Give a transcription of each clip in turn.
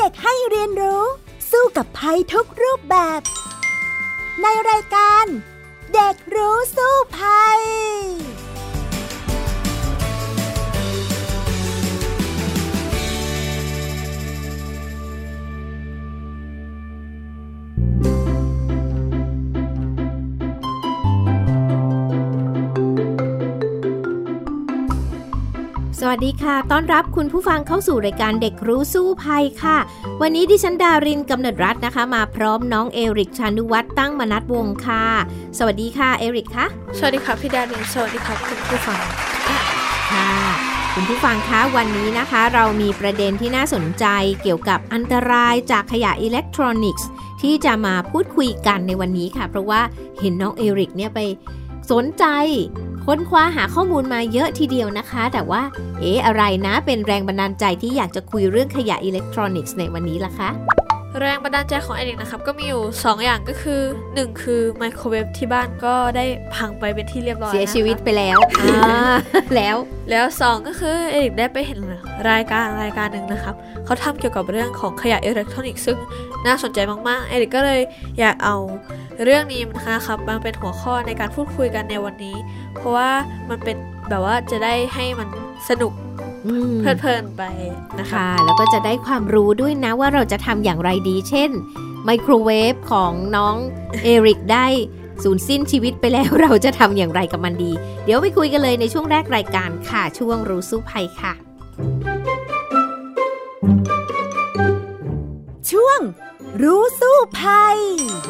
กให้เรียนรู้สู้กับภัยทุกรูปแบบในรายการเด็กรู้สู้ภัยสวัสดีค่ะต้อนรับคุณผู้ฟังเข้าสู่รายการเด็กรู้สู้ภัยค่ะวันนี้ดิฉันดารินกำเนิดรัตน์นะคะมาพร้อมน้องเอริกชานุวัฒน์ตั้งมนัสวงศ์ค่ะสวัสดีค่ะเอริกคะสวัสดีครับพี่ดารินสวัสดีครับคุณผู้ฟังค่ะคุณผู้ฟังคะวันนี้นะคะเรามีประเด็นที่น่าสนใจเกี่ยวกับอันตรายจากขยะอิเล็กทรอนิกส์ที่จะมาพูดคุยกันในวันนี้ค่ะเพราะว่าเห็นน้องเอริกเนี่ยไปสนใจค้นคว้าหาข้อมูลมาเยอะทีเดียวนะคะแต่ว่าอะไรนะเป็นแรงบันดาลใจที่อยากจะคุยเรื่องขยะอิเล็กทรอนิกส์ในวันนี้ล่ะคะแรงบันดาลใจของเอริกนะครับก็มีอยู่2อย่างก็คือ1คือไมโครเวฟที่บ้านก็ได้พังไปเป็นที่เรียบร้อยเสียชีวิตไปแล้วแล้ว2ก็คือเอริกได้ไปเห็นรายการหนึ่งนะครับเขาทำเกี่ยวกับเรื่องของขยะอิเล็กทรอนิกส์ซึ่งน่าสนใจมากๆเอริกก็เลยอยากเอาเรื่องนี้นะครับมาเป็นหัวข้อในการพูดคุยกันในวันนี้เพราะว่ามันเป็นแบบว่าจะได้ให้มันสนุกเพลินไปนะคะแล้วก็จะได้ความรู้ด้วยนะว่าเราจะทำอย่างไรดีเช่นไมโครเวฟของน้องเอริกได้สูญสิ้นชีวิตไปแล้วเราจะทำอย่างไรกับมันดีเดี๋ยวไปคุยกันเลยในช่วงแรกรายการค่ะช่วงรู้สู้ภัยค่ะช่วงรู้สู้ภัย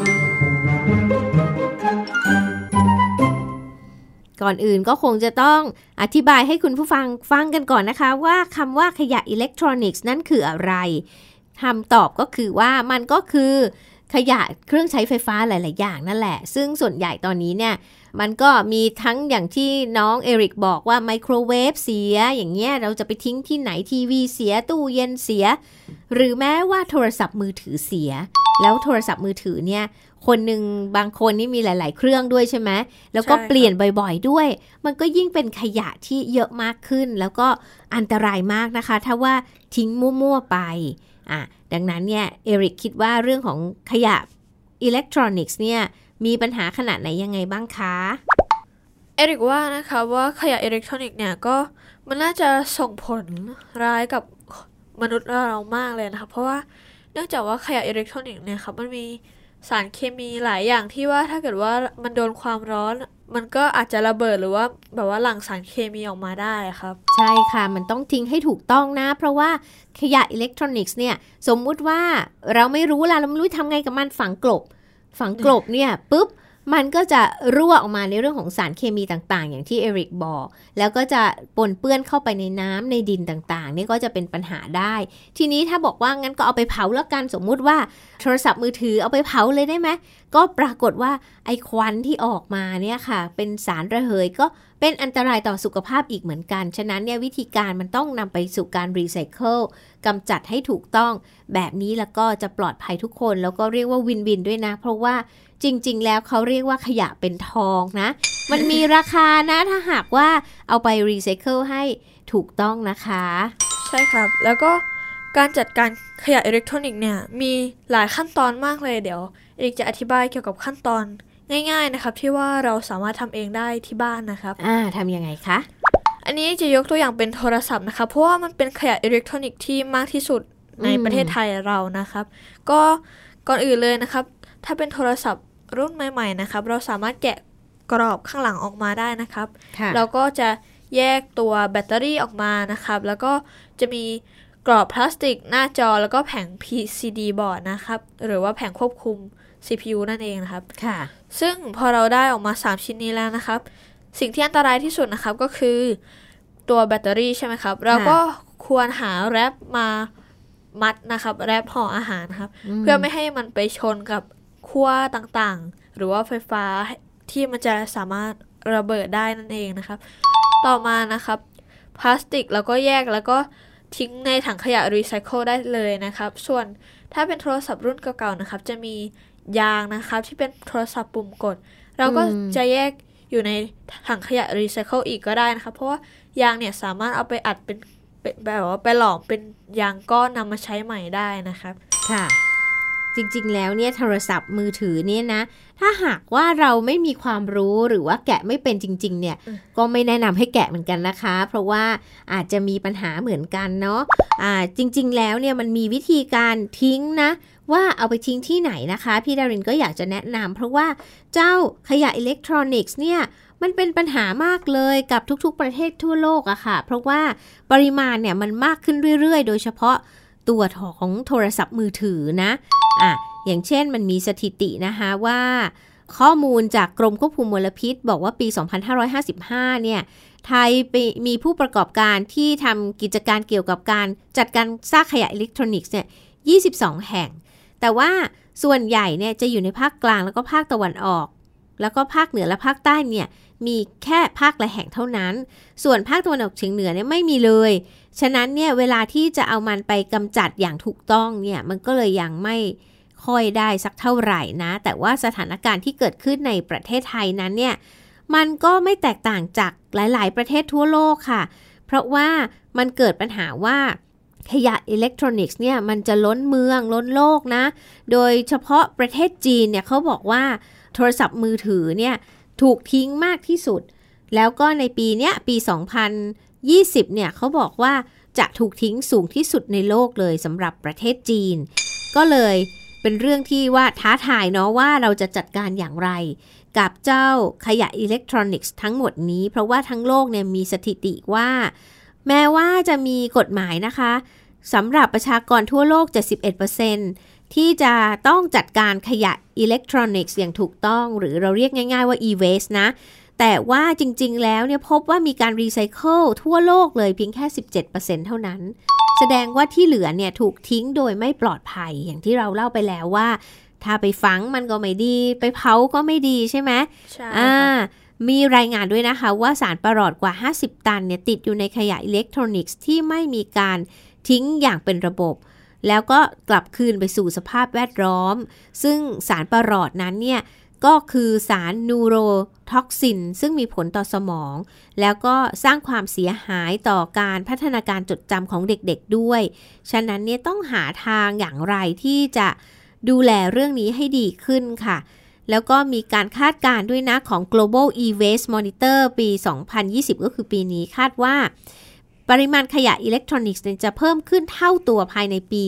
ก่อนอื่นก็คงจะต้องอธิบายให้คุณผู้ฟังฟังกันก่อนนะคะว่าคำว่าขยะอิเล็กทรอนิกส์นั่นคืออะไรคำตอบก็คือว่ามันก็คือขยะเครื่องใช้ไฟฟ้าหลายๆอย่างนั่นแหละซึ่งส่วนใหญ่ตอนนี้เนี่ยมันก็มีทั้งอย่างที่น้องเอริกบอกว่าไมโครเวฟเสียอย่างเงี้ยเราจะไปทิ้งที่ไหนทีวีเสียตู้เย็นเสียหรือแม้ว่าโทรศัพท์มือถือเสียแล้วโทรศัพท์มือถือเนี่ยคนหนึ่งบางคนนี่มีหลายๆเครื่องด้วยใช่ไหมแล้วก็เปลี่ยนบ่อยๆด้วยมันก็ยิ่งเป็นขยะที่เยอะมากขึ้นแล้วก็อันตรายมากนะคะถ้าว่าทิ้งมั่วๆไปดังนั้นเนี่ยเอริกคิดว่าเรื่องของขยะอิเล็กทรอนิกส์เนี่ยมีปัญหาขนาดไหนยังไงบ้างคะเอริกว่านะคะว่าขยะอิเล็กทรอนิกส์เนี่ยก็มันน่าจะส่งผลร้ายกับมนุษย์เรามากเลยนะคะเพราะว่าเนื่องจากว่าขยะอิเล็กทรอนิกส์เนี่ยครับมันมีสารเคมีหลายอย่างที่ว่าถ้าเกิดว่ามันโดนความร้อนมันก็อาจจะระเบิดหรือว่าแบบว่าหลั่งสารเคมีออกมาได้ครับใช่ค่ะมันต้องทิ้งให้ถูกต้องนะเพราะว่าขยะอิเล็กทรอนิกส์เนี่ยสมมุติว่าเราไม่รู้เราไม่รู้ทำไงกับมันฝังกลบเนี่ยปุ๊บมันก็จะรั่วออกมาในเรื่องของสารเคมีต่างๆอย่างที่เอริกบอกแล้วก็จะปนเปื้อนเข้าไปในน้ำในดินต่างๆนี่ก็จะเป็นปัญหาได้ทีนี้ถ้าบอกว่างั้นก็เอาไปเผาแล้วกันสมมุติว่าโทรศัพท์มือถือเอาไปเผาเลยได้ไหมก็ปรากฏว่าไอ้ควันที่ออกมาเนี่ยค่ะเป็นสารระเหยก็เป็นอันตรายต่อสุขภาพอีกเหมือนกันฉะนั้นเนี่ยวิธีการมันต้องนำไปสู่การรีไซเคิลกำจัดให้ถูกต้องแบบนี้แล้วก็จะปลอดภัยทุกคนแล้วก็เรียกว่าวินวินด้วยนะเพราะว่าจริงๆแล้วเขาเรียกว่าขยะเป็นทองนะมันมีราคานะถ้าหากว่าเอาไปรีไซเคิลให้ถูกต้องนะคะใช่ครับแล้วก็การจัดการขยะอิเล็กทรอนิกส์เนี่ยมีหลายขั้นตอนมากเลยเดี๋ยวเอกจะอธิบายเกี่ยวกับขั้นตอนง่ายๆนะครับที่ว่าเราสามารถทำเองได้ที่บ้านนะครับทำยังไงคะอันนี้จะยกตัวอย่างเป็นโทรศัพท์นะครับเพราะว่ามันเป็นขยะอิเล็กทรอนิกส์ที่มากที่สุดในประเทศไทยเรานะครับก็ก่อนอื่นเลยนะครับถ้าเป็นโทรศัพท์รุ่นใหม่ๆนะครับเราสามารถแกะกรอบข้างหลังออกมาได้นะครับแล้วก็จะแยกตัวแบตเตอรี่ออกมานะครับแล้วก็จะมีกรอบพลาสติกหน้าจอแล้วก็แผง PCD บอร์ดนะครับหรือว่าแผงควบคุม CPU นั่นเองนะครับซึ่งพอเราได้ออกมา3ชิ้นนี้แล้วนะครับสิ่งที่อันตรายที่สุดนะครับก็คือตัวแบตเตอรี่ใช่ไหมครับเราก็ควรหาแรปมามัดนะครับแรปห่ออาหารครับเพื่อไม่ให้มันไปชนกับขั้วต่างๆหรือว่าไฟฟ้าที่มันจะสามารถระเบิดได้นั่นเองนะครับต่อมานะครับพลาสติกแล้วก็แยกแล้วก็ทิ้งในถังขยะรีไซเคิลได้เลยนะครับส่วนถ้าเป็นโทรศัพท์รุ่นเก่าๆนะครับจะมียางนะครับที่เป็นโทรศัพท์ปุ่มกดเราก็จะแยกอยู่ในถังขยะรีไซเคิลอีกก็ได้นะครับเพราะว่ายางเนี่ยสามารถเอาไปอัดเป็นแบบว่าไปหลอมเป็นยางก้อนนำมาใช้ใหม่ได้นะครับค่ะจริงๆแล้วเนี่ยโทรศัพท์มือถือเนี่ยนะถ้าหากว่าเราไม่มีความรู้หรือว่าแกะไม่เป็นจริงๆเนี่ยก็ไม่แนะนำให้แกะเหมือนกันนะคะเพราะว่าอาจจะมีปัญหาเหมือนกันเนาะจริงๆแล้วเนี่ยมันมีวิธีการทิ้งนะว่าเอาไปทิ้งที่ไหนนะคะพี่ดารินก็อยากจะแนะนำเพราะว่าเจ้าขยะอิเล็กทรอนิกส์เนี่ยมันเป็นปัญหามากเลยกับทุกๆประเทศทั่วโลกอะค่ะเพราะว่าปริมาณเนี่ยมันมากขึ้นเรื่อยๆโดยเฉพาะตัวของโทรศัพท์มือถือนะอย่างเช่นมันมีสถิตินะคะว่าข้อมูลจากกรมควบคุมมลพิษบอกว่าปี 2555 เนี่ยไทยมีผู้ประกอบการที่ทำกิจการเกี่ยวกับการจัดการซากขยะอิเล็กทรอนิกส์เนี่ย 22 แห่งแต่ว่าส่วนใหญ่เนี่ยจะอยู่ในภาคกลางแล้วก็ภาคตะวันออกแล้วก็ภาคเหนือและภาคใต้เนี่ยมีแค่ภาคละแห่งเท่านั้นส่วนภาคตะวันออกเฉียงเหนือเนี่ยไม่มีเลยฉะนั้นเนี่ยเวลาที่จะเอามันไปกำจัดอย่างถูกต้องเนี่ยมันก็เลยยังไม่ค่อยได้สักเท่าไหร่นะแต่ว่าสถานการณ์ที่เกิดขึ้นในประเทศไทยนั้นเนี่ยมันก็ไม่แตกต่างจากหลายๆประเทศทั่วโลกค่ะเพราะว่ามันเกิดปัญหาว่าขยะอิเล็กทรอนิกส์เนี่ยมันจะล้นเมืองล้นโลกนะโดยเฉพาะประเทศจีนเนี่ยเขาบอกว่าโทรศัพท์มือถือเนี่ยถูกทิ้งมากที่สุดแล้วก็ในปีเนี้ยปี 2020 เนี่ยเขาบอกว่าจะถูกทิ้งสูงที่สุดในโลกเลยสำหรับประเทศจีนก็เลยเป็นเรื่องที่ว่าท้าทายเนาะว่าเราจะจัดการอย่างไรกับเจ้าขยะอิเล็กทรอนิกส์ทั้งหมดนี้เพราะว่าทั้งโลกเนี่ยมีสถิติว่าแม้ว่าจะมีกฎหมายนะคะสำหรับประชากรทั่วโลก 71% ที่จะต้องจัดการขยะอิเล็กทรอนิกส์อย่างถูกต้องหรือเราเรียกง่ายๆว่า e-waste นะแต่ว่าจริงๆแล้วเนี่ยพบว่ามีการรีไซเคิลทั่วโลกเลยเพียงแค่ 17% เท่านั้นแสดงว่าที่เหลือเนี่ยถูกทิ้งโดยไม่ปลอดภัยอย่างที่เราเล่าไปแล้วว่าถ้าไปฝังมันก็ไม่ดีไปเผาก็ไม่ดีใช่ไหมใช่มีรายงานด้วยนะคะว่าสารประหลอดกว่า50ตันเนี่ยติดอยู่ในขยะอิเล็กทรอนิกส์ที่ไม่มีการทิ้งอย่างเป็นระบบแล้วก็กลับคืนไปสู่สภาพแวดล้อมซึ่งสารประหลอดนั้นเนี่ยก็คือสารนูโรท็อกซินซึ่งมีผลต่อสมองแล้วก็สร้างความเสียหายต่อการพัฒนาการจดจำของเด็กๆด้วยฉะนั้นเนี่ยต้องหาทางอย่างไรที่จะดูแลเรื่องนี้ให้ดีขึ้นค่ะแล้วก็มีการคาดการณ์ด้วยนะของ Global E-Waste Monitor ปี 2020 ก็คือปีนี้คาดว่าปริมาณขยะอิเล็กทรอนิกส์จะเพิ่มขึ้นเท่าตัวภายในปี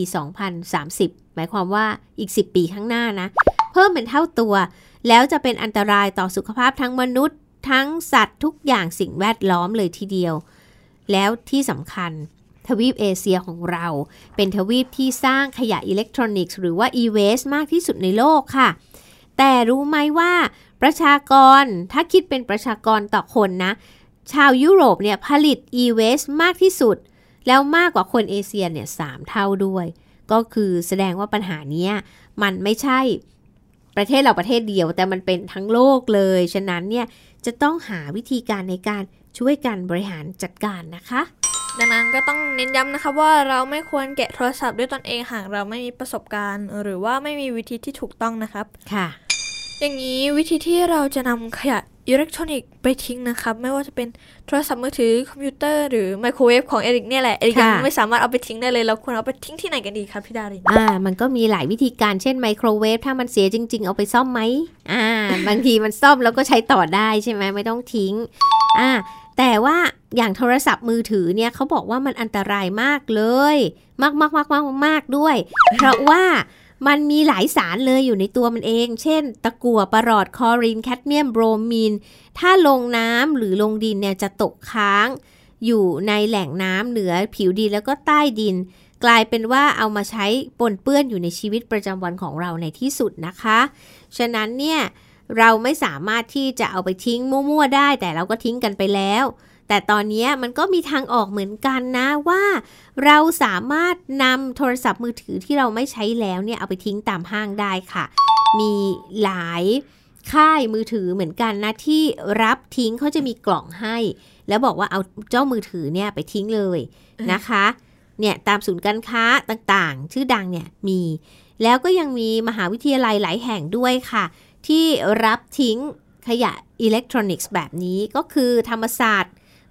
2030 หมายความว่าอีก 10 ปีข้างหน้านะเพิ่มเป็นเท่าตัวแล้วจะเป็นอันตรายต่อสุขภาพทั้งมนุษย์ทั้งสัตว์ทุกอย่างสิ่งแวดล้อมเลยทีเดียวแล้วที่สำคัญทวีปเอเชียของเราเป็นทวีปที่สร้างขยะอิเล็กทรอนิกส์หรือว่า e-waste มากที่สุดในโลกค่ะแต่รู้ไหมว่าประชากรถ้าคิดเป็นประชากรต่อคนนะชาวยุโรปเนี่ยผลิต e-waste มากที่สุดแล้วมากกว่าคนเอเชียเนี่ย3เท่าด้วยก็คือแสดงว่าปัญหานี้มันไม่ใช่ประเทศเราประเทศเดียวแต่มันเป็นทั้งโลกเลยฉะนั้นเนี่ยจะต้องหาวิธีการในการช่วยกันบริหารจัดการนะคะดังนั้นก็ต้องเน้นย้ำนะคะว่าเราไม่ควรแกะโทรศัพท์ด้วยตนเองหากเราไม่มีประสบการณ์หรือว่าไม่มีวิธีที่ถูกต้องนะครับค่ะอย่างนี้วิธีที่เราจะนำขยะอิเล็กทรอนิกส์ไปทิ้งนะครับไม่ว่าจะเป็นโทรศัพท์มือถือคอมพิวเตอร์หรือไมโครเวฟของเอริกเนี่ยแหละเอริกยังไม่สามารถเอาไปทิ้งได้เลยเราควรเอาไปทิ้งที่ไหนกันดีครับพี่ดารินมันก็มีหลายวิธีการเช่นไมโครเวฟถ้ามันเสียจริงๆเอาไปซ่อมไหมบางทีมันซ่อมแล้วก็ใช้ต่อได้ใช่ไหมไม่ต้องทิ้งแต่ว่าอย่างโทรศัพท์มือถือเนี่ยเขาบอกว่ามันอันตรายมากเลยมากด้วย เพราะว่ามันมีหลายสารเลยอยู่ในตัวมันเองเช่นตะกั่วปรอดคลอรีนแคดเมียมโบรมีนถ้าลงน้ำหรือลงดินเนี่ยจะตกค้างอยู่ในแหล่งน้ำเหนือผิวดินแล้วก็ใต้ดินกลายเป็นว่าเอามาใช้ปนเปื้อนอยู่ในชีวิตประจำวันของเราในที่สุดนะคะฉะนั้นเนี่ยเราไม่สามารถที่จะเอาไปทิ้งมั่วๆได้แต่เราก็ทิ้งกันไปแล้วแต่ตอนนี้มันก็มีทางออกเหมือนกันนะว่าเราสามารถนำโทรศัพท์มือถือที่เราไม่ใช้แล้วเนี่ยเอาไปทิ้งตามห้างได้ค่ะมีหลายค่ายมือถือเหมือนกันนะที่รับทิ้งเขาจะมีกล่องให้แล้วบอกว่าเอาเจ้ามือถือเนี่ยไปทิ้งเลยนะคะเนี่ยตามศูนย์การค้าต่างๆชื่อดังเนี่ยมีแล้วก็ยังมีมหาวิทยาลัยหลายแห่งด้วยค่ะที่รับทิ้งขยะอิเล็กทรอนิกส์แบบนี้ก็คือธรรมศาสตร์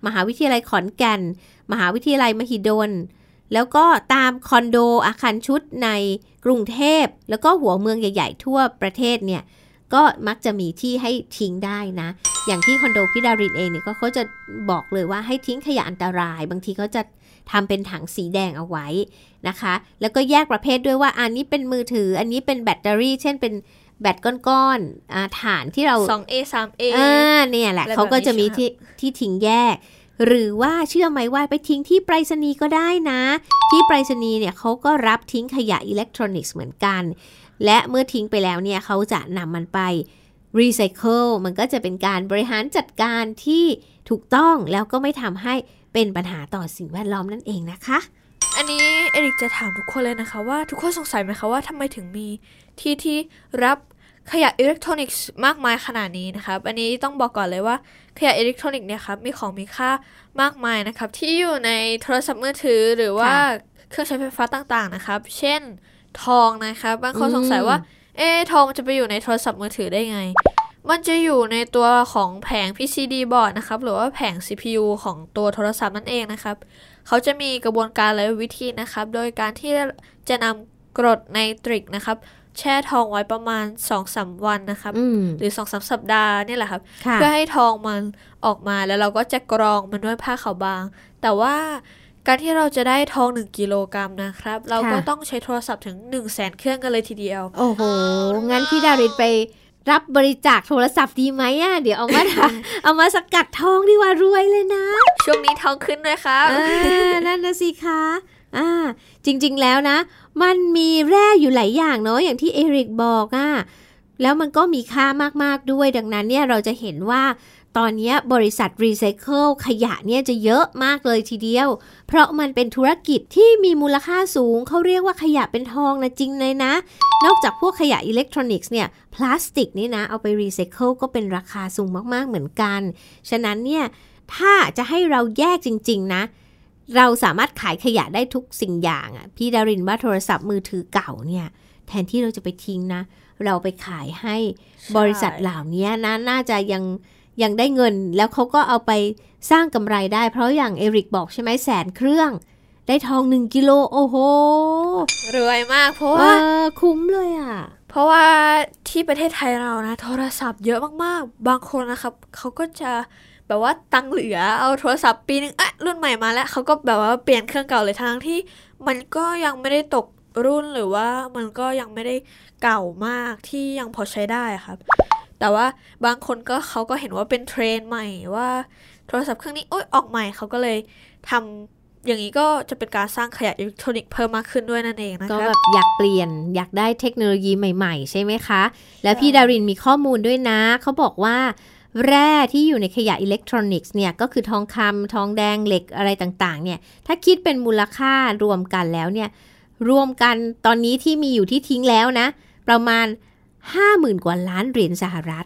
มหาวิทยาลัยขอนแก่นมหาวิทยาลัยมหิดลแล้วก็ตามคอนโดอาคารชุดในกรุงเทพแล้วก็หัวเมืองใหญ่ๆทั่วประเทศเนี่ยก็มักจะมีที่ให้ทิ้งได้นะอย่างที่คอนโดพี่ดารินเองเนี่ยก็เขาจะบอกเลยว่าให้ทิ้งขยะอันตรายบางทีเขาจะทำเป็นถังสีแดงเอาไว้นะคะแล้วก็แยกประเภทด้วยว่าอันนี้เป็นมือถืออันนี้เป็นแบตเตอรี่เช่นเป็นแบตก้อนๆถ่านที่เรา 2A 3A เนี่ยแหละเขาก็จะมีที่ทิ้งแยกหรือว่าเชื่อไหมว่าไปทิ้งที่ไปรษณีย์ก็ได้นะที่ไปรษณีย์เนี่ยเขาก็รับทิ้งขยะอิเล็กทรอนิกส์เหมือนกันและเมื่อทิ้งไปแล้วเนี่ยเขาจะนำมันไปรีไซเคิลมันก็จะเป็นการบริหารจัดการที่ถูกต้องแล้วก็ไม่ทำให้เป็นปัญหาต่อสิ่งแวดล้อมนั่นเองนะคะอันนี้เอริกจะถามทุกคนเลยนะคะว่าทุกคนสงสัยไหมคะว่าทำไมถึงมีที่รับขยะอิเล็กทรอนิกส์มากมายขนาดนี้นะครับอันนี้ต้องบอกก่อนเลยว่าขยะอิเล็กทรอนิกส์เนี่ยครับมีของมีค่ามากมายนะครับที่อยู่ในโทรศัพท์มือถือหรือว่าเครื่องใช้ไฟฟ้าต่างๆนะครับเช่นทองนะครับบางคนสงสัยว่าทองมันจะไปอยู่ในโทรศัพท์มือถือได้ไงมันจะอยู่ในตัวของแผง PCB board นะครับหรือว่าแผง CPU ของตัวโทรศัพท์นั่นเองนะครับเขาจะมีกระบวนการและวิธีนะครับโดยการที่จะนำกรดไนตริกนะครับแช่ทองไว้ประมาณ 2-3 วันนะครับหรือ 2-3 สัปดาห์นี่แหละครับเพื่อให้ทองมันออกมาแล้วเราก็จะกรองมันด้วยผ้าขาวบางแต่ว่าการที่เราจะได้ทอง1กิโลกรัมนะครับเราก็ต้องใช้โทรศัพท์ถึง 100,000 เครื่องกันเลยทีเดียวโอ้โหงั้นพี่ดารินไปรับบริจาคโทรศัพท์ดีไหมอ่ะเดี๋ยวเอามาสกัดทองดีกว่ารวยเลยนะช่วงนี้ทองขึ้นด้วยครับนั่นนะสิคะจริงๆแล้วนะมันมีแร่อยู่หลายอย่างเนาะอย่างที่เอริกบอกแล้วมันก็มีค่ามากๆด้วยดังนั้นเนี่ยเราจะเห็นว่าตอนนี้บริษัทรีไซเคิลขยะเนี่ยจะเยอะมากเลยทีเดียวเพราะมันเป็นธุรกิจที่มีมูลค่าสูงเขาเรียกว่าขยะเป็นทองนะจริงเลยนะนอกจากพวกขยะอิเล็กทรอนิกส์เนี่ยพลาสติกนี่นะเอาไปรีไซเคิลก็เป็นราคาสูงมากๆเหมือนกันฉะนั้นเนี่ยถ้าจะให้เราแยกจริงๆนะเราสามารถขายขยะได้ทุกสิ่งอย่างพี่ดารินว่าโทรศัพท์มือถือเก่าเนี่ยแทนที่เราจะไปทิ้งนะเราไปขายให้บริษัทเหล่านี้นะน่าจะยังได้เงินแล้วเขาก็เอาไปสร้างกำไรได้เพราะอย่างเอริกบอกใช่ไหม100,000 เครื่องได้ทอง1กิโลโอ้โหรวยมากเพราะว่าคุ้มเลยเพราะว่าที่ประเทศไทยเรานะโทรศัพท์เยอะมากๆบางคนนะครับเขาก็จะแบบว่าตังเหลือเอาโทรศัพท์ปีนึงรุ่นใหม่มาแล้วเขาก็แบบว่าเปลี่ยนเครื่องเก่าเลยทั้งที่มันก็ยังไม่ได้ตกรุ่นหรือว่ามันก็ยังไม่ได้เก่ามากที่ยังพอใช้ได้ครับแต่ว่าบางคนก็เขาก็เห็นว่าเป็นเทรนด์ใหม่ว่าโทรศัพท์เครื่องนี้ออกใหม่เขาก็เลยทำอย่างนี้ก็จะเป็นการสร้างขยะอิเล็กทรอนิกส์เพิ่มมากขึ้นด้วยนั่นเองนะคะก็แบบอยากเปลี่ยนอยากได้เทคโนโลยีใหม่ๆใช่ไหมคะแล้วพี่ดารินมีข้อมูลด้วยนะเขาบอกว่าแร่ที่อยู่ในขยะอิเล็กทรอนิกส์เนี่ยก็คือทองคำทองแดงเหล็กอะไรต่างๆเนี่ยถ้าคิดเป็นมูลค่ารวมกันแล้วเนี่ยรวมกันตอนนี้ที่มีอยู่ที่ทิ้งแล้วนะประมาณ 50,000 กว่าล้านเหรียญสหรัฐ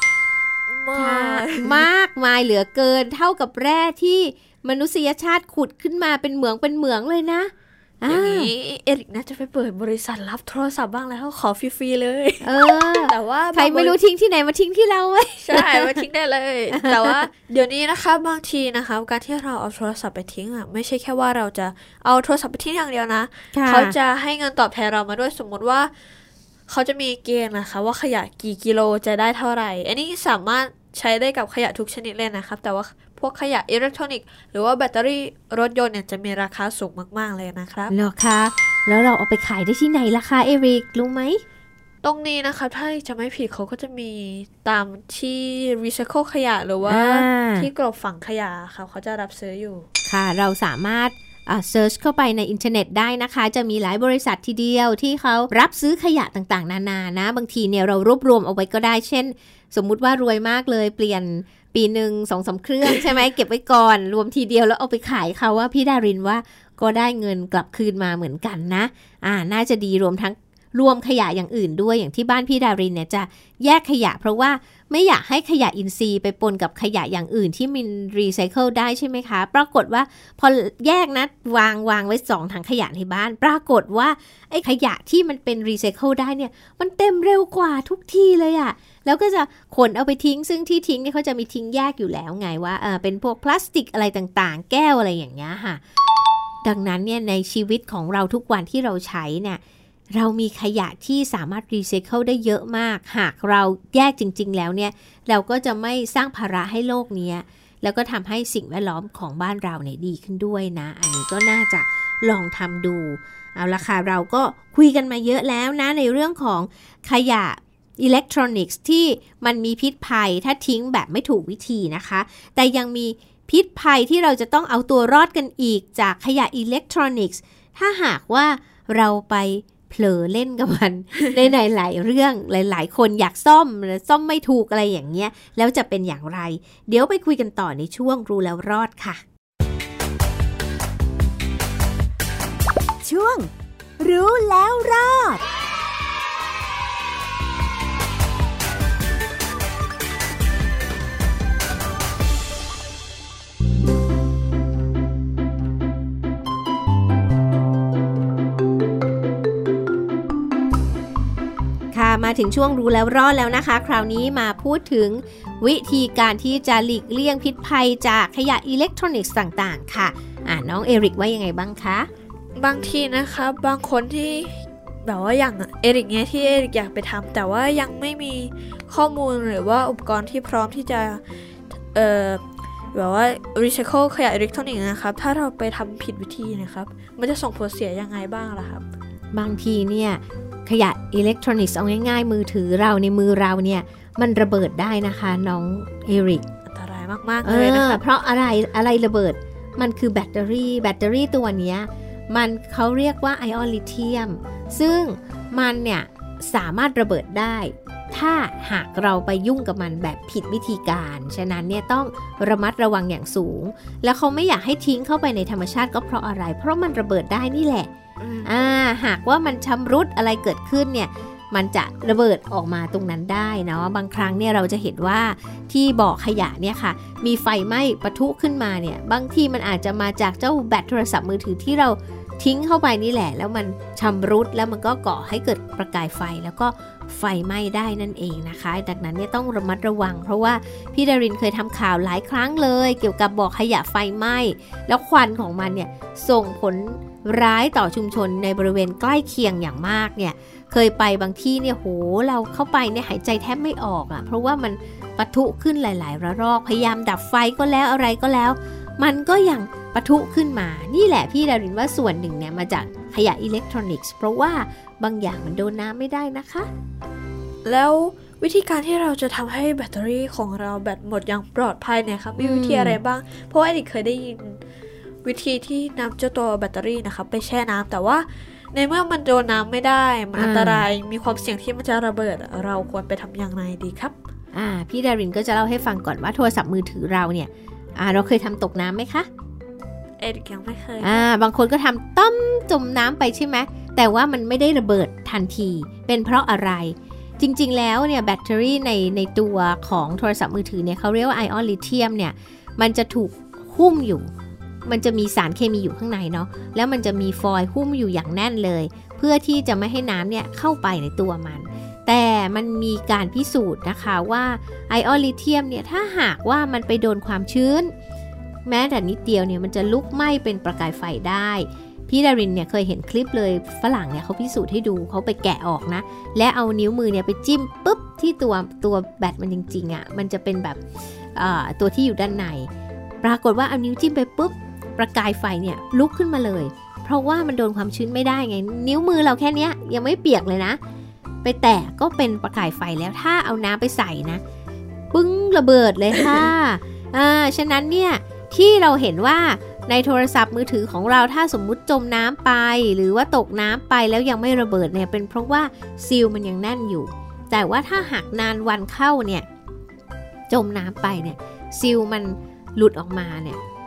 มากมายเหลือเกินเท่ากับแร่ที่มนุษยชาติขุดขึ้นมาเป็นเหมืองเลยนะอย่างนี้เอริกน่าจะไปเปิดบริษัทรับโทรศัพท์บ้างแล้วขอฟรีๆเลยแต่ว่าใครไม่รู้ทิ้งที่ไหนมาทิ้งที่เราไว้ใช่มาทิ้งได้เลยแต่ว่าเดี๋ยวนี้นะคะบางทีนะคะการที่เราเอาโทรศัพท์ไปทิ้งไม่ใช่แค่ว่าเราจะเอาโทรศัพท์ไปทิ้งอย่างเดียวนะเขาจะให้เงินตอบแทนเรามาด้วยสมมติว่าเขาจะมีเกณฑ์นะคะว่าขยะกี่กิโลจะได้เท่าไหร่อันนี้สามารถใช้ได้กับขยะทุกชนิดเลยนะครับแต่ว่าพวกขยะอิเล็กทรอนิกส์หรือว่าแบตเตอรี่รถยนต์เนี่ยจะมีราคาสูงมากๆเลยนะครับเหรอคะแล้วเราเอาไปขายได้ที่ไหนล่ะคะเอริกรู้ไหมตรงนี้นะคะถ้าจะไม่ผิดเขาก็จะมีตามที่รีไซเคิลขยะหรือว่าที่กลบฝังขยะเขาจะรับซื้ออยู่ค่ะเราสามารถเซิร์ชเข้าไปในอินเทอร์เน็ตได้นะคะจะมีหลายบริษัททีเดียวที่เขารับซื้อขยะต่างๆนานานะบางทีเนี่ยเรารวบรวมเอาไว้ก็ได้เช่นสมมุติว่ารวยมากเลยเปลี่ยนปีนึง 2-3 เครื่อง ใช่ไหม เก็บไว้ก่อนรวมทีเดียวแล้วเอาไปขายเขาว่าพี่ดารินว่าก็ได้เงินกลับคืนมาเหมือนกันนะน่าจะดีรวมทั้งรวมขยะอย่างอื่นด้วยอย่างที่บ้านพี่ดารินเนี่ยจะแยกขยะเพราะว่าไม่อยากให้ขยะอินทรีย์ไปปนกับขยะอย่างอื่นที่มันรีไซเคิลได้ใช่ไหมคะปรากฏว่าพอแยกนะวางไว้2ถังขยะในบ้านปรากฏว่าไอ้ขยะที่มันเป็นรีไซเคิลได้เนี่ยมันเต็มเร็วกว่าทุกทีเลยอะแล้วก็จะขนเอาไปทิ้งซึ่งที่ทิ้งเนี่ยเขาจะมีทิ้งแยกอยู่แล้วไงว่าเป็นพวกพลาสติกอะไรต่างๆแก้วอะไรอย่างเงี้ยค่ะดังนั้นเนี่ยในชีวิตของเราทุกวันที่เราใช้เนี่ยเรามีขยะที่สามารถรีไซเคิลได้เยอะมากหากเราแยกจริงๆแล้วเนี่ยเราก็จะไม่สร้างภาระให้โลกนี้แล้วก็ทำให้สิ่งแวดล้อมของบ้านเราเนี่ยดีขึ้นด้วยนะอันนี้ก็น่าจะลองทำดูเอาละค่ะเราก็คุยกันมาเยอะแล้วนะในเรื่องของขยะอิเล็กทรอนิกส์ที่มันมีพิษภัยถ้าทิ้งแบบไม่ถูกวิธีนะคะแต่ยังมีพิษภัยที่เราจะต้องเอาตัวรอดกันอีกจากขยะอิเล็กทรอนิกส์ถ้าหากว่าเราไปเผลอเล่นกับมัน ในหลายๆเรื่องหลายๆคนอยากซ่อมไม่ถูกอะไรอย่างเงี้ยแล้วจะเป็นอย่างไรเดี๋ยวไปคุยกันต่อในช่วงรู้แล้วรอดค่ะช่วงรู้แล้วรอดมาถึงช่วงรู้แล้วรอดแล้วนะคะคราวนี้มาพูดถึงวิธีการที่จะหลีกเลี่ยงพิษภัยจากขยะอิเล็กทรอนิกส์ต่างๆค่ะน้องเอริกว่ายังไงบ้างคะบางทีนะคะบางคนที่แบบว่าอย่างเอริกเนี่ยที่เอริกอยากไปทำแต่ว่ายังไม่มีข้อมูลหรือว่าอุปกรณ์ที่พร้อมที่จะแบบว่ารีไซเคิลขยะอิเล็กทรอนิกส์นะครับถ้าเราไปทำผิดวิธีนะครับมันจะส่งผลเสียยังไงบ้างล่ะครับบางทีเนี่ยขยะอิเล็กทรอนิกส์เอาง่ายๆมือถือเราในมือเราเนี่ยมันระเบิดได้นะคะน้องเอริกอันตรายมากๆเลยนะคะเพราะอะไรระเบิดมันคือแบตเตอรี่ตัวเนี้ยมันเขาเรียกว่าไอออนลิเธียมซึ่งมันเนี่ยสามารถระเบิดได้ถ้าหากเราไปยุ่งกับมันแบบผิดวิธีการฉะนั้นเนี่ยต้องระมัดระวังอย่างสูงแล้วเขาไม่อยากให้ทิ้งเข้าไปในธรรมชาติก็เพราะอะไรเพราะมันระเบิดได้นี่แหละหากว่ามันชำรุดอะไรเกิดขึ้นเนี่ยมันจะระเบิดออกมาตรงนั้นได้เนาะบางครั้งเนี่ยเราจะเห็นว่าที่บ่อขยะเนี่ยค่ะมีไฟไหม้ปะทุขึ้นมาเนี่ยบางทีมันอาจจะมาจากเจ้าแบตโทรศัพท์มือถือที่เราทิ้งเข้าไปนี่แหละแล้วมันชำรุดแล้วมันก็ก่อให้เกิดประกายไฟแล้วก็ไฟไหม้ได้นั่นเองนะคะดังนั้นเนี่ยต้องระมัดระวังเพราะว่าพี่ดารินเคยทำข่าวหลายครั้งเลยเกี่ยวกับบ่อขยะไฟไหม้แล้วควันของมันเนี่ยส่งผลร้ายต่อชุมชนในบริเวณใกล้เคียงอย่างมากเนี่ยเคยไปบางที่เนี่ยโหเราเข้าไปเนี่ยหายใจแทบไม่ออกเพราะว่ามันปะทุขึ้นหลายๆระลอกพยายามดับไฟก็แล้วอะไรก็แล้วมันก็ยังปะทุขึ้นมานี่แหละพี่ดารินว่าส่วนหนึ่งเนี่ยมาจากขยะอิเล็กทรอนิกส์เพราะว่าบางอย่างมันโดนน้ำไม่ได้นะคะแล้ววิธีการที่เราจะทำให้แบตเตอรี่ของเราแบตหมดอย่างปลอดภัยเนี่ยครับมีวิธีอะไรบ้างเพราะว่าเด็กเคยได้ยินวิธีที่นำเจ้าตัวแบตเตอรี่นะครับไปแช่น้ำแต่ว่าในเมื่อมันโดนน้ำไม่ได้มันอันตรายมีความเสี่ยงที่มันจะระเบิดเราควรไปทำอย่างไรดีครับพี่ดารินก็จะเล่าให้ฟังก่อนว่าโทรศัพท์มือถือเราเนี่ยเราเคยทำตกน้ำไหมคะเอ็ดยังไม่เคยบางคนก็ทำต้มจมน้ำไปใช่ไหมแต่ว่ามันไม่ได้ระเบิดทันทีเป็นเพราะอะไรจริงๆแล้วเนี่ยแบตเตอรี่ในตัวของโทรศัพท์มือถือเนี่ยเขาเรียกว่าไอออนลิเธียมเนี่ยมันจะถูกหุ้มอยู่มันจะมีสารเคมีอยู่ข้างในเนาะแล้วมันจะมีฟอยล์หุ้มอยู่อย่างแน่นเลยเพื่อที่จะไม่ให้น้ำเนี่ยเข้าไปในตัวมันแต่มันมีการพิสูจน์นะคะว่าไอออนลิเธียมเนี่ยถ้าหากว่ามันไปโดนความชื้นแม้แต่นิดเดียวเนี่ยมันจะลุกไหม้เป็นประกายไฟได้พี่ดารินเนี่ยเคยเห็นคลิปเลยฝรั่งเนี่ยเขาพิสูจน์ให้ดูเขาไปแกะออกนะและเอานิ้วมือเนี่ยไปจิ้มปุ๊บที่ตัวแบตมันจริงๆมันจะเป็นแบบตัวที่อยู่ด้านในปรากฏว่าเอานิ้วจิ้มไปปุ๊บประกายไฟเนี่ยลุกขึ้นมาเลยเพราะว่ามันโดนความชื้นไม่ได้ไงนิ้วมือเราแค่นี้ยังไม่เปียกเลยนะไปแตะก็เป็นประกายไฟแล้วถ้าเอาน้ำไปใส่นะปึ้งระเบิดเลยค่ะฉะนั้นเนี่ยที่เราเห็นว่าในโทรศัพท์มือถือของเราถ้าสมมุติจมน้ำไปหรือว่าตกน้ำไปแล้วยังไม่ระเบิดเนี่ยเป็นเพราะว่าซีลมันยังแน่นอยู่แต่ว่าถ้าหากนานวันเข้าเนี่ยจมน้ำไปเนี่ยซีลมันหลุดออกมาเนี่ย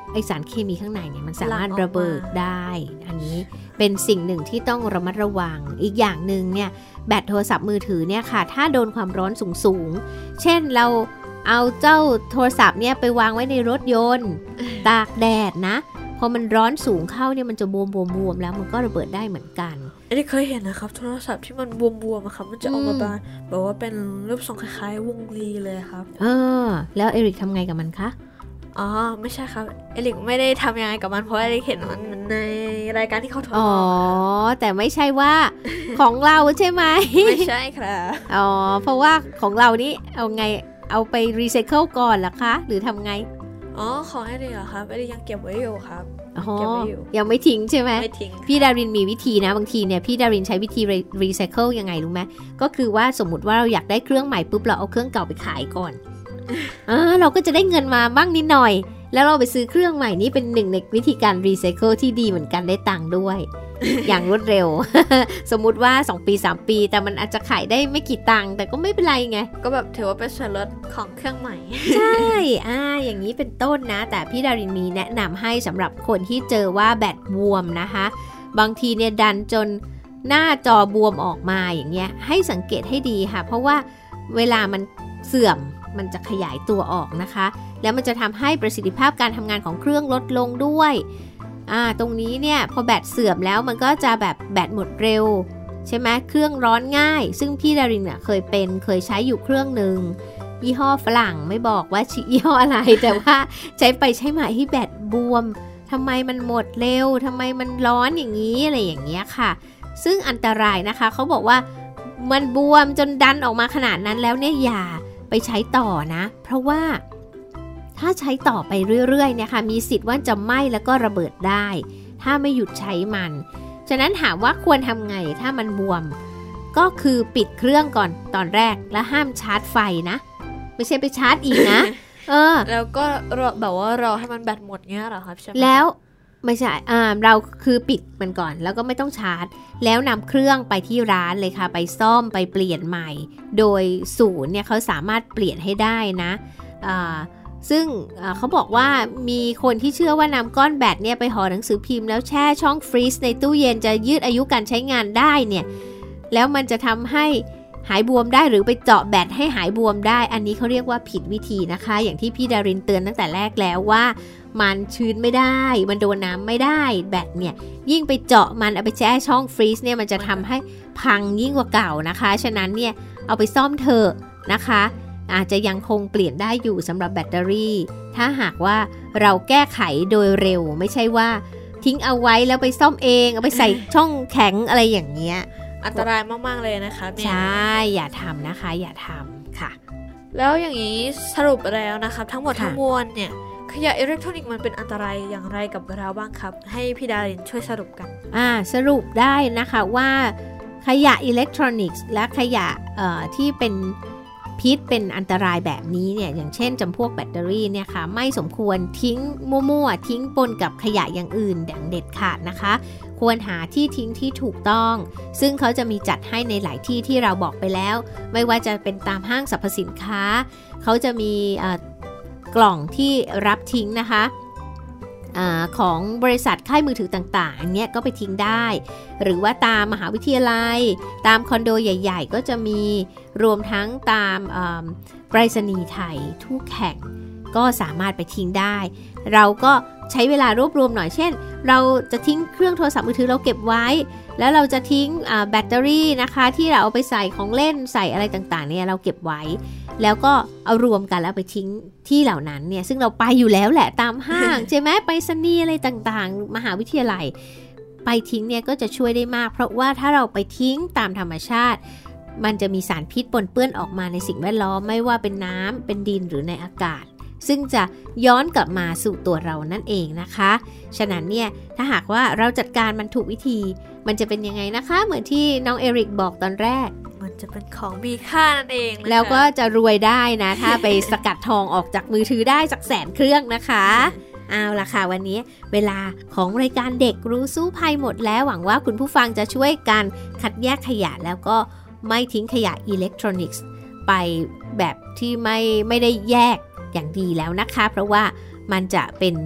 ไอสารเคมีข้างในเนี่ยมันสามารถระเบิดได้อันนี้เป็นสิ่งหนึ่งที่ต้องระมัดระวังอีกอย่างหนึ่งเนี่ยแบตโทรศัพท์มือถือเนี่ยค่ะถ้าโดนความร้อนสูงๆเช่นเราเอาเจ้าโทรศัพท์เนี่ยไปวางไว้ในรถยนต์ตากแดดนะพอมันร้อนสูงเข้าเนี่ยมันจะบวมแล้วมันก็ระเบิดได้เหมือนกันได้เคยเห็นนะครับโทรศัพท์ที่มันบวมๆอะครับมันจะออกมาแบบว่าเป็นรูปทรงคล้ายๆวงรีเลยครับแล้วเอริกทำไงกับมันคะอ๋อไม่ใช่ครับเอริกไม่ได้ทำยังไงกับมันเพราะเอริกเห็นมันในรายการที่เขาทดลองแต่ไม่ใช่ว่าของเราใช่ไหมไม่ใช่ครับเพราะว่าของเรานี่เอาไงเอาไปรีไซเคิลก่อนเหรอคะหรือทำไงของเอริกเหรอครับเอริกยังเก็บไว้อยู่ครับเก็บไว้อยู่ยังไม่ทิ้งใช่ไหมไม่ทิ้งพี่ดารินมีวิธีนะบางทีเนี่ยพี่ดารินใช้วิธีรีไซเคิลยังไงรู้ไหมก็คือว่าสมมติว่าเราอยากได้เครื่องใหม่ปุ๊บเราเอาเครื่องเก่าไปขายก่อนเราก็จะได้เงินมาบ้างนิดหน่อยแล้วเราไปซื้อเครื่องใหม่นี้เป็นหนึ่งในวิธีการรีไซเคิลที่ดีเหมือนกันได้ตังค์ด้วย อย่างรวดเร็ว สมมุติว่า2ปี3ปีแต่มันอาจจะขายได้ไม่กี่ตังค์แต่ก็ไม่เป็นไรไงก็แบบถือว่าเป็นส่วนลดของเครื่องใหม่ใช่อย่างนี้เป็นต้นนะแต่พี่ดารินมีแนะนำให้สำหรับคนที่เจอว่าแบตบวมนะคะบางทีเนี่ยดันจนหน้าจอบวมออกมาอย่างเงี้ยให้สังเกตให้ดีค่ะเพราะว่าเวลามันเสื่อมมันจะขยายตัวออกนะคะแล้วมันจะทำให้ประสิทธิภาพการทำงานของเครื่องลดลงด้วยตรงนี้เนี่ยพอแบตเสื่อมแล้วมันก็จะแบบแบตหมดเร็วใช่ไหมเครื่องร้อนง่ายซึ่งพี่ดารินเคยใช้อยู่เครื่องหนึ่งยี่ห้อฝรั่งไม่บอกว่ายี่ห้ออะไร แต่ว่าใช้ไปใช้มาให้แบตบวมทำไมมันหมดเร็วทำไมมันร้อนอย่างนี้อะไรอย่างเงี้ยค่ะซึ่งอันตรายนะคะเขาบอกว่ามันบวมจนดันออกมาขนาดนั้นแล้วเนี่ยอย่าไปใช้ต่อนะเพราะว่าถ้าใช้ต่อไปเรื่อยๆเนี่ยค่ะมีสิทธิ์ว่าจะไหม้แล้วก็ระเบิดได้ถ้าไม่หยุดใช้มันฉะนั้นถามว่าควรทำไงถ้ามันบวมก็คือปิดเครื่องก่อนตอนแรกแล้วห้ามชาร์จไฟนะไม่ใช่ไปชาร์จอีกนะแล้วก็แบบว่ารอให้มันแบตหมดเงี้ยเหรอครับใช่ไหมแล้วไม่ใช่เราคือปิดมันก่อนแล้วก็ไม่ต้องชาร์จแล้วนำเครื่องไปที่ร้านเลยค่ะไปซ่อมไปเปลี่ยนใหม่โดยศูนย์เนี่ยเขาสามารถเปลี่ยนให้ได้นะซึ่งเขาบอกว่ามีคนที่เชื่อว่านำก้อนแบตเนี่ยไปห่อหนังสือพิมพ์แล้วแช่ช่องฟรีซในตู้เย็นจะยืดอายุการใช้งานได้เนี่ยแล้วมันจะทำให้หายบวมได้หรือไปเจาะแบตให้หายบวมได้อันนี้เขาเรียกว่าผิดวิธีนะคะอย่างที่พี่ดารินเตือนตั้งแต่แรกแล้วว่ามันชื้นไม่ได้มันโดนน้ำไม่ได้แบตเนี่ยยิ่งไปเจาะมันเอาไปแช่ช่องฟรีซเนี่ยมันจะทำให้พังยิ่งกว่าเก่านะคะฉะนั้นเนี่ยเอาไปซ่อมเถอะนะคะอาจจะยังคงเปลี่ยนได้อยู่สำหรับแบตเตอรี่ถ้าหากว่าเราแก้ไขโดยเร็วไม่ใช่ว่าทิ้งเอาไว้แล้วไปซ่อมเองเอาไปใส่ช่องแข็งอะไรอย่างเงี้ยอันตรายมากๆเลยนะคะใช่อย่าทำนะคะอย่าทำค่ะแล้วอย่างนี้สรุปแล้วนะคะทั้งหมดทั้งมวลเนี่ยขยะอิเล็กทรอนิกส์มันเป็นอันตรายอย่างไรกับเราบ้างครับให้พี่ดารินช่วยสรุปกันสรุปได้นะคะว่าขยะอิเล็กทรอนิกส์และขยะที่เป็นพิษเป็นอันตรายแบบนี้เนี่ยอย่างเช่นจำพวกแบตเตอรี่เนี่ยค่ะไม่สมควรทิ้งมั่วๆทิ้งปนกับขยะอย่างอื่นอย่างเด็ดขาดนะคะควรหาที่ทิ้งที่ถูกต้องซึ่งเขาจะมีจัดให้ในหลายที่ที่เราบอกไปแล้วไม่ว่าจะเป็นตามห้างสรรพสินค้าเขาจะมีกล่องที่รับทิ้งนะคะของบริษัทค่ายมือถือต่างๆอันเนี้ยก็ไปทิ้งได้หรือว่าตามมหาวิทยาลัยตามคอนโดใหญ่ๆก็จะมีรวมทั้งตามไปรษณีย์ไทยทุกแห่งก็สามารถไปทิ้งได้เราก็ใช้เวลารวบรวมหน่อยเช่นเราจะทิ้งเครื่องโทรศัพท์มือถือเราเก็บไว้แล้วเราจะทิ้งแบตเตอรี่นะคะที่เราเอาไปใส่ของเล่นใส่อะไรต่างๆเนี่ยเราเก็บไว้แล้วก็เอารวมกันแล้วไปทิ้งที่เหล่านั้นเนี่ยซึ่งเราไปอยู่แล้วแหละตามห้าง ใช่ไหมไปสนีอะไรต่างๆมหาวิทยาลัยไปทิ้งเนี่ยก็จะช่วยได้มากเพราะว่าถ้าเราไปทิ้งตามธรรมชาติมันจะมีสารพิษปนเปื้อนออกมาในสิ่งแวดล้อมไม่ว่าเป็นน้ำเป็นดินหรือในอากาศซึ่งจะย้อนกลับมาสู่ตัวเรานั่นเองนะคะฉะนั้นเนี่ยถ้าหากว่าเราจัดการมันถูกวิธีมันจะเป็นยังไงนะคะเหมือนที่น้องเอริกบอกตอนแรกมันจะเป็นของมีค่านั่นเองแล้วก็จะรวยได้นะถ้าไปสกัดทองออกจากมือถือได้สัก100,000 เครื่องนะคะเอาล่ะค่ะวันนี้เวลาของรายการเด็กรู้สู้ภัยหมดแล้วหวังว่าคุณผู้ฟังจะช่วยกันคัดแยกขยะแล้วก็ไม่ทิ้งขยะอิเล็กทรอนิกส์ไปแบบที่ไม่ได้แยกอย่างดีแล้วนะคะเพราะว่ามันจะเป็น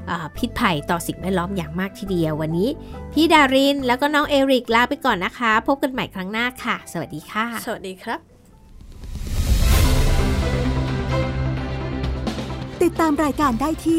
พิษภัยต่อสิ่งแวดล้อมอย่างมากทีเดียววันนี้พี่ดารินแล้วก็น้องเอริกลาไปก่อนนะคะพบกันใหม่ครั้งหน้าค่ะสวัสดีค่ะสวัสดีครับติดตามรายการได้ที่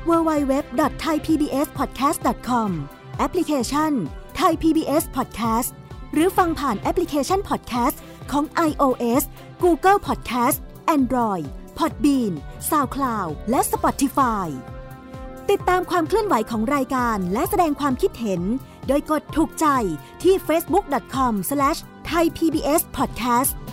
www.thaipbspodcast.com แอปพลิเคชัน Thai PBS Podcast หรือฟังผ่านแอปพลิเคชัน Podcast ของ iOS Google Podcast Android Podbean SoundCloud และ Spotify ติดตามความเคลื่อนไหวของรายการและแสดงความคิดเห็นโดยกดถูกใจที่ facebook.com/thaipbspodcast